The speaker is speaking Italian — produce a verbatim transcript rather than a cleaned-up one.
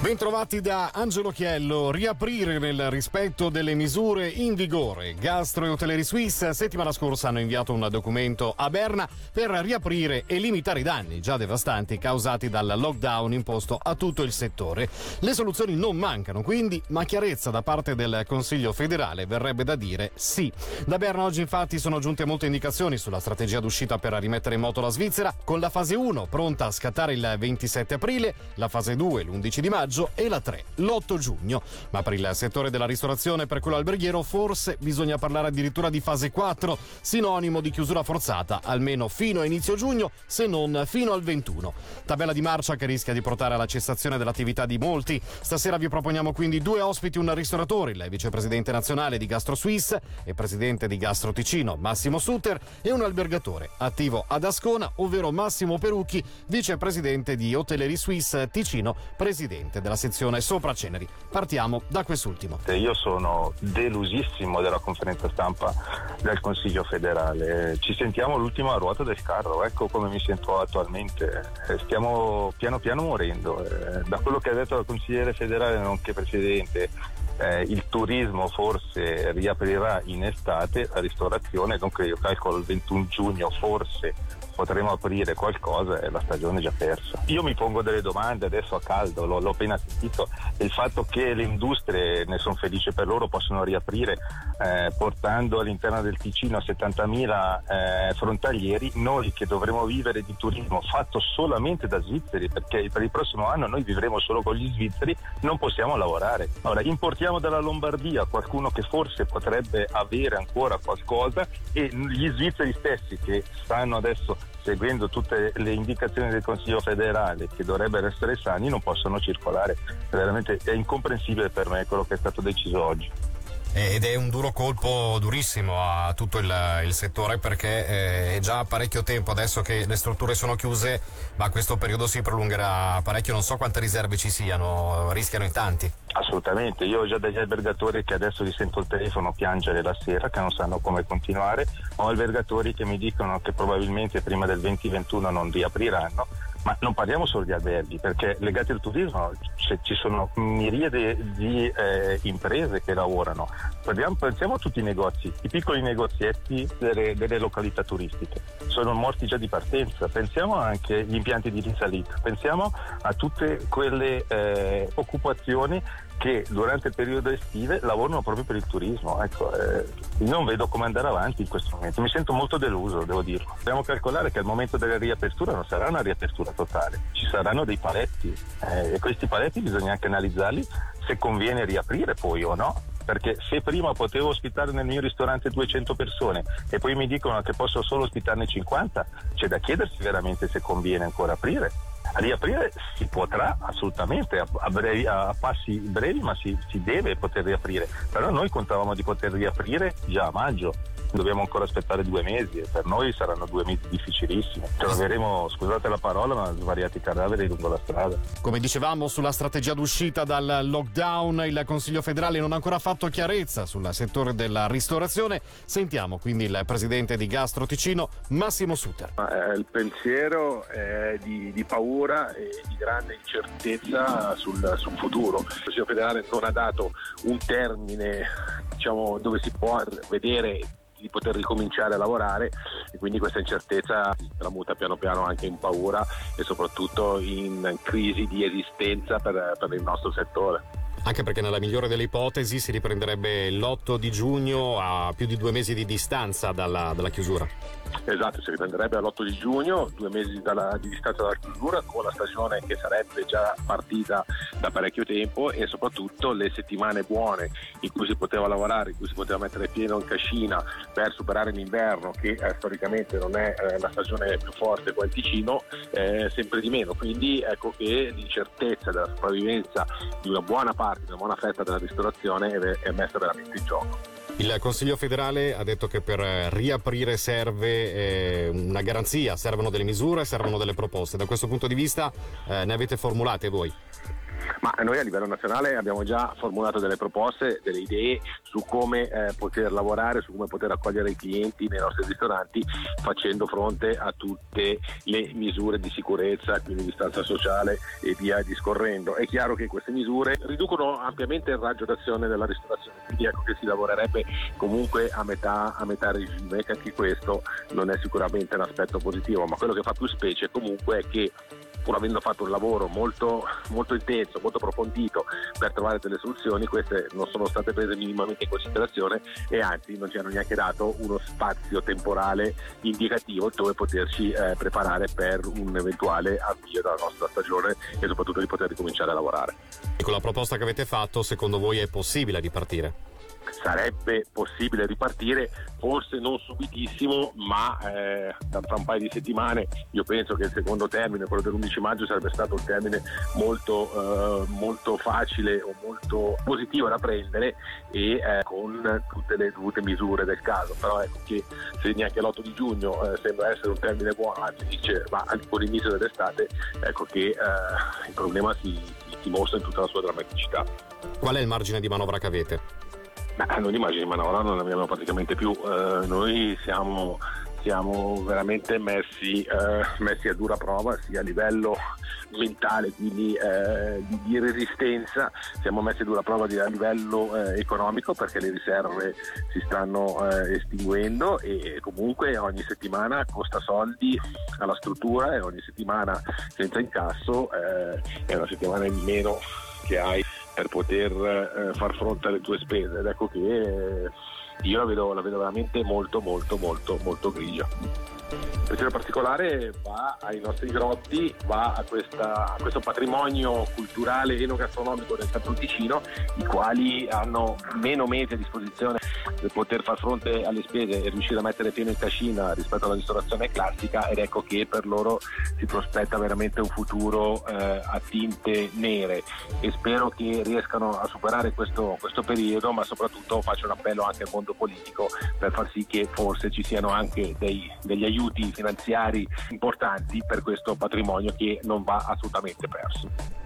Bentrovati da Angelo Chiello. Riaprire nel rispetto delle misure in vigore. Gastro e Hotellerie Suisse settimana scorsa hanno inviato un documento a Berna per riaprire e limitare i danni già devastanti causati dal lockdown imposto a tutto il settore. Le soluzioni non mancano quindi, ma chiarezza da parte del Consiglio federale verrebbe da dire sì. Da Berna oggi infatti sono giunte molte indicazioni sulla strategia d'uscita per rimettere in moto la Svizzera, con la fase uno pronta a scattare il ventisette aprile, la fase due l'undici di maggio e la tre l'otto giugno. Ma per il settore della ristorazione e per quello alberghiero forse bisogna parlare addirittura di fase quattro, sinonimo di chiusura forzata almeno fino a inizio giugno, se non fino al ventuno. Tabella di marcia che rischia di portare alla cessazione dell'attività di molti. Stasera vi proponiamo quindi due ospiti, un ristoratore, il vicepresidente nazionale di Gastro Suisse e presidente di Gastro Ticino, Massimo Sutter, e un albergatore attivo ad Ascona, ovvero Massimo Perucchi, vicepresidente di Hotellerie Suisse Ticino, presidente della sezione Sopra Ceneri. Partiamo da quest'ultimo. Io sono delusissimo della conferenza stampa del Consiglio federale. Ci sentiamo l'ultima ruota del carro, ecco come mi sento attualmente. Stiamo piano piano morendo. Da quello che ha detto il consigliere federale, nonché presidente, eh, il turismo forse riaprirà in estate, la ristorazione, dunque io calcolo il ventuno giugno forse potremo aprire qualcosa e la stagione è già persa. Io mi pongo delle domande adesso a caldo, l'ho, l'ho appena sentito, il fatto che le industrie, ne sono felice per loro, possono riaprire eh, portando all'interno del Ticino settantamila eh, frontalieri, noi che dovremo vivere di turismo fatto solamente da svizzeri, perché per il prossimo anno noi vivremo solo con gli svizzeri, non possiamo lavorare. Ora importiamo dalla Lombardia qualcuno che forse potrebbe avere ancora qualcosa e gli svizzeri stessi che stanno adesso seguendo tutte le indicazioni del Consiglio federale, che dovrebbero essere sani, non possono circolare. Veramente è incomprensibile per me quello che è stato deciso oggi. Ed è un duro colpo, durissimo a tutto il, il settore, perché è già parecchio tempo adesso che le strutture sono chiuse, ma questo periodo si prolungherà parecchio. Non so quante riserve ci siano, rischiano in tanti. Assolutamente, io ho già degli albergatori che adesso li sento il telefono piangere la sera, che non sanno come continuare, ho albergatori che mi dicono che probabilmente prima del venti ventuno non riapriranno. Ma non parliamo solo di alberghi, perché legati al turismo ci sono miriade di eh, imprese che lavorano. Parliamo, pensiamo a tutti i negozi, i piccoli negozietti delle, delle località turistiche, sono morti già di partenza. Pensiamo anche agli impianti di risalita, pensiamo a tutte quelle eh, occupazioni che durante il periodo estive lavorano proprio per il turismo. Ecco, eh, non vedo come andare avanti in questo momento, mi sento molto deluso, devo dirlo. Dobbiamo calcolare che al momento della riapertura non sarà una riapertura totale, ci saranno dei paletti eh, e questi paletti bisogna anche analizzarli se conviene riaprire poi o no, perché se prima potevo ospitare nel mio ristorante duecento persone e poi mi dicono che posso solo ospitarne cinquanta, c'è da chiedersi veramente se conviene ancora aprire. A riaprire si potrà assolutamente a, a, brevi, a passi brevi, ma si, si deve poter riaprire, però noi contavamo di poter riaprire già a maggio. Dobbiamo ancora aspettare due mesi e per noi saranno due mesi difficilissimi. Troveremo, scusate la parola, ma svariati cadaveri lungo la strada. Come dicevamo, sulla strategia d'uscita dal lockdown il Consiglio federale non ha ancora fatto chiarezza sul settore della ristorazione. Sentiamo quindi il presidente di Gastro Ticino, Massimo Sutter. Eh, il pensiero è di, di paura e di grande incertezza sul, sul futuro. Il Consiglio federale non ha dato un termine, diciamo, dove si può vedere di poter ricominciare a lavorare, e quindi questa incertezza la muta piano piano anche in paura e soprattutto in crisi di esistenza per, per il nostro settore. Anche perché nella migliore delle ipotesi si riprenderebbe l'otto di giugno, a più di due mesi di distanza dalla, dalla chiusura. Esatto, si riprenderebbe all'otto di giugno, due mesi dalla, di distanza dalla chiusura, con la stagione che sarebbe già partita da parecchio tempo e soprattutto le settimane buone in cui si poteva lavorare, in cui si poteva mettere pieno in cascina per superare l'inverno, che eh, storicamente non è eh, la stagione più forte qua in Ticino, eh, sempre di meno. Quindi ecco che l'incertezza della sopravvivenza di una buona parte, di una buona fetta della ristorazione è, è messa veramente in gioco. Il Consiglio federale ha detto che per riaprire serve eh, una garanzia, servono delle misure, servono delle proposte. Da questo punto di vista eh, ne avete formulate voi? Ma noi a livello nazionale abbiamo già formulato delle proposte, delle idee su come eh, poter lavorare, su come poter accogliere i clienti nei nostri ristoranti facendo fronte a tutte le misure di sicurezza, quindi distanza sociale e via discorrendo. È chiaro che queste misure riducono ampiamente il raggio d'azione della ristorazione, quindi ecco che si lavorerebbe comunque a metà, a metà regime, che anche questo non è sicuramente un aspetto positivo, ma quello che fa più specie comunque è che, pur avendo fatto un lavoro molto, molto intenso, molto approfondito per trovare delle soluzioni, queste non sono state prese minimamente in considerazione e anzi non ci hanno neanche dato uno spazio temporale indicativo dove poterci eh, preparare per un eventuale avvio della nostra stagione e soprattutto di poter ricominciare a lavorare. E con la proposta che avete fatto, secondo voi è possibile ripartire? Sarebbe possibile ripartire, forse non subitissimo, ma eh, tra un paio di settimane. Io penso che il secondo termine, quello dell'undici maggio, sarebbe stato un termine molto, eh, molto facile o molto positivo da prendere e eh, con tutte le dovute misure del caso. Però ecco che se neanche l'otto di giugno eh, sembra essere un termine buono, anzi dice ma con l'inizio dell'estate, ecco che eh, il problema si, si, si mostra in tutta la sua drammaticità. Qual è il margine di manovra che avete? Beh, noi immagini di manovra non ne abbiamo praticamente più, eh, noi siamo, siamo veramente messi, eh, messi a dura prova sia a livello mentale, quindi eh, di, di resistenza, siamo messi a dura prova di, a livello eh, economico perché le riserve si stanno eh, estinguendo e comunque ogni settimana costa soldi alla struttura e ogni settimana senza incasso eh, è una settimana in meno che hai per poter eh, far fronte alle tue spese, ed ecco che eh, io la vedo, la vedo veramente molto molto molto molto grigia. Pensiero particolare va ai nostri grotti, va a, questa, a questo patrimonio culturale e enogastronomico del Canton Ticino, i quali hanno meno mesi a disposizione per poter far fronte alle spese e riuscire a mettere pieno in cascina rispetto alla ristorazione classica, ed ecco che per loro si prospetta veramente un futuro eh, a tinte nere e spero che riescano a superare questo, questo periodo, ma soprattutto faccio un appello anche al mondo politico per far sì che forse ci siano anche dei, degli aiuti finanziari importanti per questo patrimonio che non va assolutamente perso.